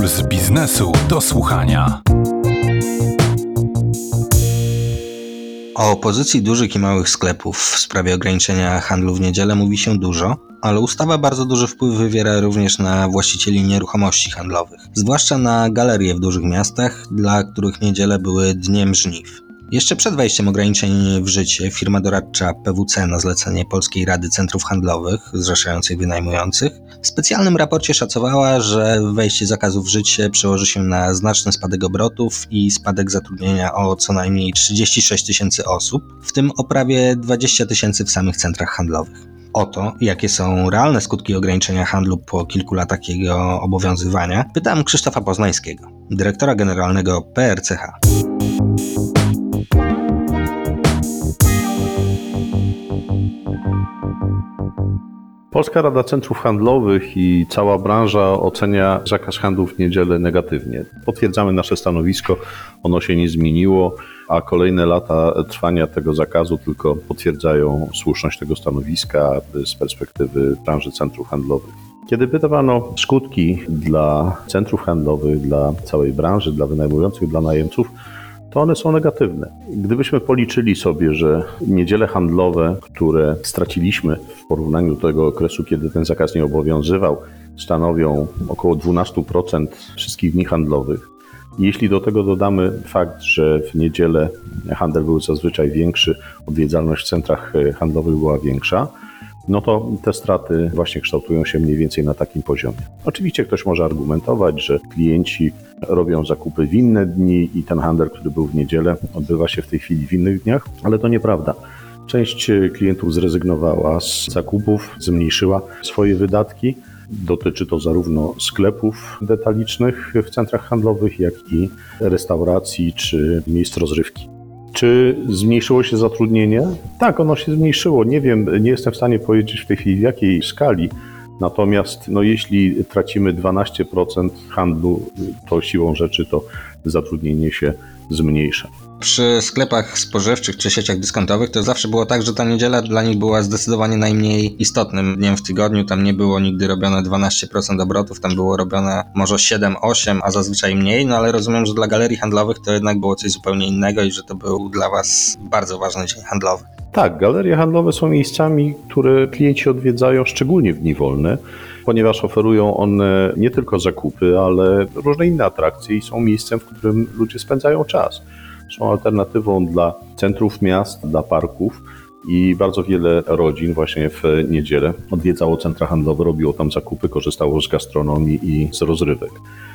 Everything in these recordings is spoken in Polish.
Z biznesu do słuchania. O pozycji dużych i małych sklepów w sprawie ograniczenia handlu w niedzielę mówi się dużo, ale ustawa bardzo duży wpływ wywiera również na właścicieli nieruchomości handlowych, zwłaszcza na galerie w dużych miastach, dla których niedziele były dniem żniw. Jeszcze przed wejściem ograniczeń w życie firma doradcza PwC na zlecenie Polskiej Rady Centrów Handlowych zrzeszającej wynajmujących w specjalnym raporcie szacowała, że wejście zakazu w życie przełoży się na znaczny spadek obrotów i spadek zatrudnienia o co najmniej 36 tysięcy osób, w tym o prawie 20 tysięcy w samych centrach handlowych. O to, jakie są realne skutki ograniczenia handlu po kilku latach jego obowiązywania, pytałem Krzysztofa Poznańskiego, dyrektora generalnego PRCH. Polska Rada Centrów Handlowych i cała branża ocenia zakaz handlu w niedzielę negatywnie. Potwierdzamy nasze stanowisko, ono się nie zmieniło, a kolejne lata trwania tego zakazu tylko potwierdzają słuszność tego stanowiska z perspektywy branży centrów handlowych. Kiedy wydawano skutki dla centrów handlowych, dla całej branży, dla wynajmujących, dla najemców, to one są negatywne. Gdybyśmy policzyli sobie, że niedziele handlowe, które straciliśmy w porównaniu do tego okresu, kiedy ten zakaz nie obowiązywał, stanowią około 12% wszystkich dni handlowych. Jeśli do tego dodamy fakt, że w niedzielę handel był zazwyczaj większy, odwiedzalność w centrach handlowych była większa, no to te straty właśnie kształtują się mniej więcej na takim poziomie. Oczywiście ktoś może argumentować, że klienci robią zakupy w inne dni i ten handel, który był w niedzielę, odbywa się w tej chwili w innych dniach, ale to nieprawda. Część klientów zrezygnowała z zakupów, zmniejszyła swoje wydatki. Dotyczy to zarówno sklepów detalicznych w centrach handlowych, jak i restauracji czy miejsc rozrywki. Czy zmniejszyło się zatrudnienie? Tak, ono się zmniejszyło. Nie wiem, nie jestem w stanie powiedzieć w tej chwili w jakiej skali. Natomiast jeśli tracimy 12% handlu, to siłą rzeczy to zatrudnienie się zmniejsza. Przy sklepach spożywczych czy sieciach dyskontowych to zawsze było tak, że ta niedziela dla nich była zdecydowanie najmniej istotnym dniem w tygodniu. Tam nie było nigdy robione 12% obrotów, tam było robione może 7-8, a zazwyczaj mniej, no ale rozumiem, że dla galerii handlowych to jednak było coś zupełnie innego i że to był dla Was bardzo ważny dzień handlowy. Tak, galerie handlowe są miejscami, które klienci odwiedzają szczególnie w dni wolne, ponieważ oferują one nie tylko zakupy, ale różne inne atrakcje i są miejscem, w którym ludzie spędzają czas. Są alternatywą dla centrów miast, dla parków i bardzo wiele rodzin właśnie w niedzielę odwiedzało centra handlowe, robiło tam zakupy, korzystało z gastronomii i z rozrywek.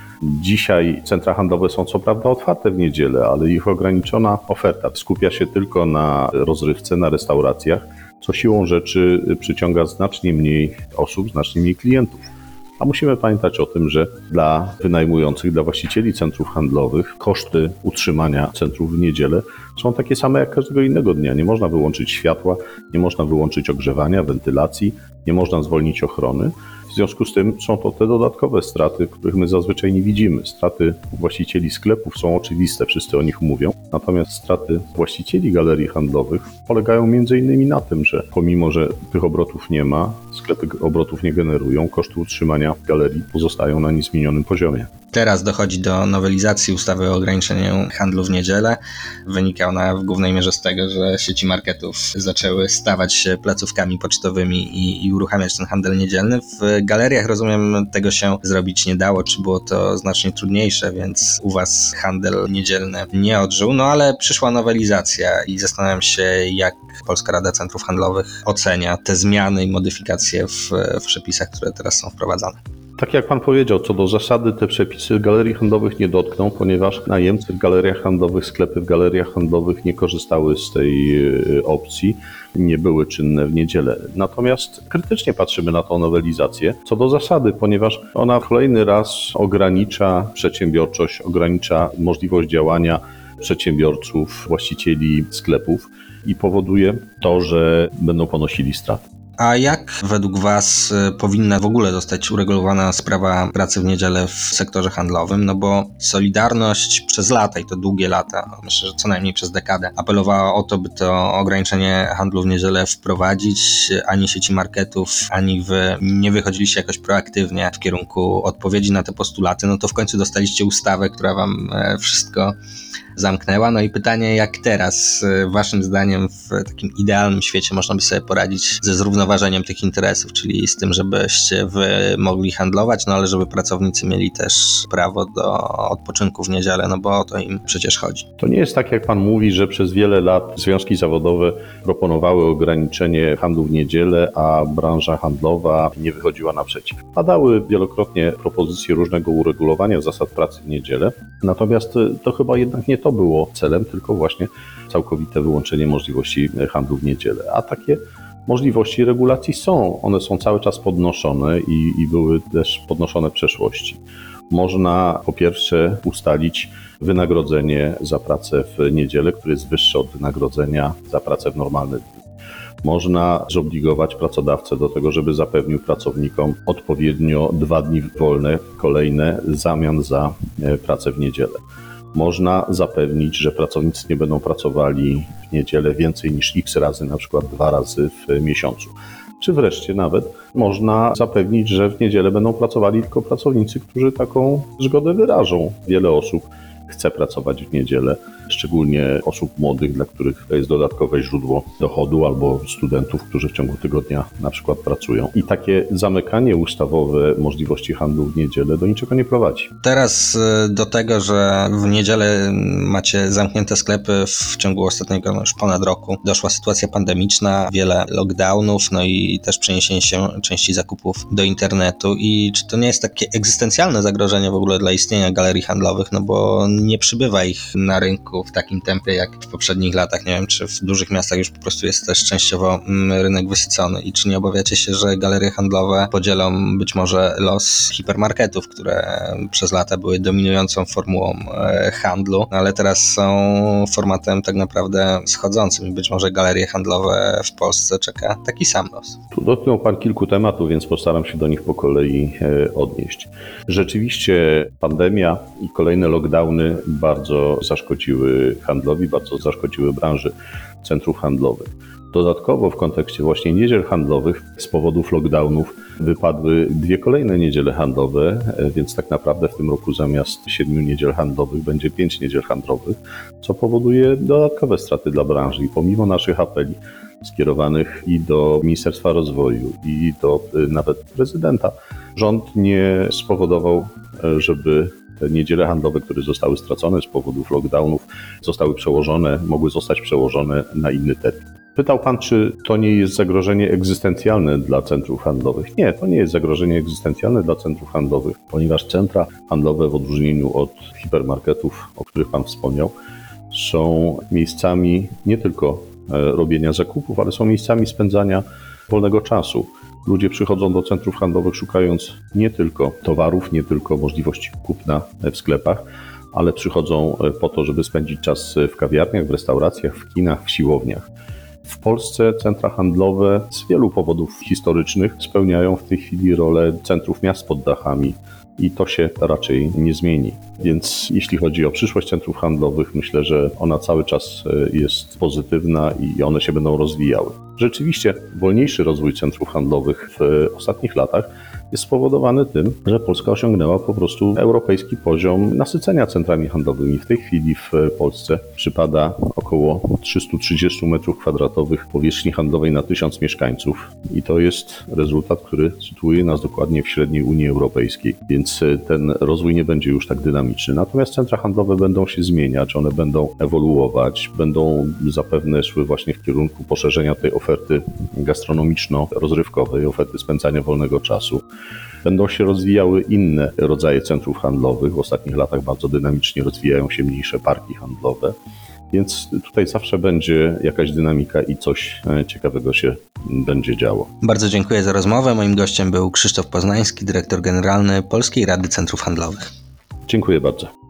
Dzisiaj centra handlowe są co prawda otwarte w niedzielę, ale ich ograniczona oferta skupia się tylko na rozrywce, na restauracjach, co siłą rzeczy przyciąga znacznie mniej osób, znacznie mniej klientów. A musimy pamiętać o tym, że dla wynajmujących, dla właścicieli centrów handlowych koszty utrzymania centrów w niedzielę są takie same jak każdego innego dnia. Nie można wyłączyć światła, nie można wyłączyć ogrzewania, wentylacji, nie można zwolnić ochrony. W związku z tym są to te dodatkowe straty, których my zazwyczaj nie widzimy. Straty właścicieli sklepów są oczywiste, wszyscy o nich mówią. Natomiast straty właścicieli galerii handlowych polegają m.in. na tym, że pomimo, że tych obrotów nie ma, sklepy obrotów nie generują, koszty utrzymania galerii pozostają na niezmienionym poziomie. Teraz dochodzi do nowelizacji ustawy o ograniczeniu handlu w niedzielę. Wynika ona w głównej mierze z tego, że sieci marketów zaczęły stawać się placówkami pocztowymi i uruchamiać ten handel niedzielny. W galeriach, rozumiem, tego się zrobić nie dało, czy było to znacznie trudniejsze, więc u Was handel niedzielny nie odżył. No ale przyszła nowelizacja i zastanawiam się, jak Polska Rada Centrów Handlowych ocenia te zmiany i modyfikacje w przepisach, które teraz są wprowadzane. Tak jak Pan powiedział, co do zasady te przepisy galerii handlowych nie dotkną, ponieważ najemcy w galeriach handlowych, sklepy w galeriach handlowych nie korzystały z tej opcji, nie były czynne w niedzielę. Natomiast krytycznie patrzymy na tą nowelizację co do zasady, ponieważ ona kolejny raz ogranicza przedsiębiorczość, ogranicza możliwość działania przedsiębiorców, właścicieli sklepów i powoduje to, że będą ponosili straty. A jak według Was powinna w ogóle zostać uregulowana sprawa pracy w niedzielę w sektorze handlowym? No bo Solidarność przez lata, i to długie lata, myślę, że co najmniej przez dekadę, apelowała o to, by to ograniczenie handlu w niedzielę wprowadzić. Ani sieci marketów, ani Wy nie wychodziliście jakoś proaktywnie w kierunku odpowiedzi na te postulaty. No to w końcu dostaliście ustawę, która Wam wszystko zamknęła. No i pytanie, jak teraz, Waszym zdaniem, w takim idealnym świecie można by sobie poradzić ze zrównoważeniem tych interesów, czyli z tym, żebyście Wy mogli handlować, no ale żeby pracownicy mieli też prawo do odpoczynku w niedzielę, no bo o to im przecież chodzi. To nie jest tak, jak pan mówi, że przez wiele lat związki zawodowe proponowały ograniczenie handlu w niedzielę, a branża handlowa nie wychodziła naprzeciw. Padały wielokrotnie propozycje różnego uregulowania zasad pracy w niedzielę, natomiast to chyba jednak nie to było celem, tylko właśnie całkowite wyłączenie możliwości handlu w niedzielę. A takie możliwości regulacji są. One są cały czas podnoszone i były też podnoszone w przeszłości. Można po pierwsze ustalić wynagrodzenie za pracę w niedzielę, które jest wyższe od wynagrodzenia za pracę w normalny dni. Można zobligować pracodawcę do tego, żeby zapewnił pracownikom odpowiednio 2 dni wolne, kolejne w zamian za pracę w niedzielę. Można zapewnić, że pracownicy nie będą pracowali w niedzielę więcej niż x razy, na przykład 2 razy w miesiącu. Czy wreszcie nawet można zapewnić, że w niedzielę będą pracowali tylko pracownicy, którzy taką zgodę wyrażą. Wiele osób chce pracować w niedzielę, szczególnie osób młodych, dla których to jest dodatkowe źródło dochodu, albo studentów, którzy w ciągu tygodnia na przykład pracują. I takie zamykanie ustawowe możliwości handlu w niedzielę do niczego nie prowadzi. Teraz do tego, że w niedzielę macie zamknięte sklepy w ciągu ostatniego już ponad roku, doszła sytuacja pandemiczna, wiele lockdownów, no i też przeniesienie się części zakupów do internetu. I czy to nie jest takie egzystencjalne zagrożenie w ogóle dla istnienia galerii handlowych, no bo nie przybywa ich na rynku w takim tempie jak w poprzednich latach. Nie wiem, czy w dużych miastach już po prostu jest też częściowo rynek wysycony i czy nie obawiacie się, że galerie handlowe podzielą być może los hipermarketów, które przez lata były dominującą formułą handlu, ale teraz są formatem tak naprawdę schodzącym i być może galerie handlowe w Polsce czeka taki sam los. Tu dotknął pan kilku tematów, więc postaram się do nich po kolei odnieść. Rzeczywiście pandemia i kolejne lockdowny bardzo zaszkodziły handlowi, bardzo zaszkodziły branży centrów handlowych. Dodatkowo w kontekście właśnie niedziel handlowych z powodów lockdownów wypadły 2 kolejne niedziele handlowe, więc tak naprawdę w tym roku zamiast 7 niedziel handlowych będzie 5 niedziel handlowych, co powoduje dodatkowe straty dla branży. I pomimo naszych apeli skierowanych i do Ministerstwa Rozwoju, i do nawet prezydenta, rząd nie spowodował, żeby te niedziele handlowe, które zostały stracone z powodów lockdownów, mogły zostać przełożone na inny termin. Pytał pan, czy to nie jest zagrożenie egzystencjalne dla centrów handlowych. Nie, to nie jest zagrożenie egzystencjalne dla centrów handlowych, ponieważ centra handlowe w odróżnieniu od hipermarketów, o których pan wspomniał, są miejscami nie tylko robienia zakupów, ale są miejscami spędzania wolnego czasu. Ludzie przychodzą do centrów handlowych szukając nie tylko towarów, nie tylko możliwości kupna w sklepach, ale przychodzą po to, żeby spędzić czas w kawiarniach, w restauracjach, w kinach, w siłowniach. W Polsce centra handlowe z wielu powodów historycznych spełniają w tej chwili rolę centrów miast pod dachami i to się raczej nie zmieni. Więc jeśli chodzi o przyszłość centrów handlowych, myślę, że ona cały czas jest pozytywna i one się będą rozwijały. Rzeczywiście wolniejszy rozwój centrów handlowych w ostatnich latach jest spowodowany tym, że Polska osiągnęła po prostu europejski poziom nasycenia centrami handlowymi. W tej chwili w Polsce przypada około 330 m2 powierzchni handlowej na 1000 mieszkańców i to jest rezultat, który sytuuje nas dokładnie w średniej Unii Europejskiej, więc ten rozwój nie będzie już tak dynamiczny. Natomiast centra handlowe będą się zmieniać, one będą ewoluować, będą zapewne szły właśnie w kierunku poszerzenia tej oferty gastronomiczno-rozrywkowej, oferty spędzania wolnego czasu. Będą się rozwijały inne rodzaje centrów handlowych. W ostatnich latach bardzo dynamicznie rozwijają się mniejsze parki handlowe, więc tutaj zawsze będzie jakaś dynamika i coś ciekawego się będzie działo. Bardzo dziękuję za rozmowę. Moim gościem był Krzysztof Poznański, dyrektor generalny Polskiej Rady Centrów Handlowych. Dziękuję bardzo.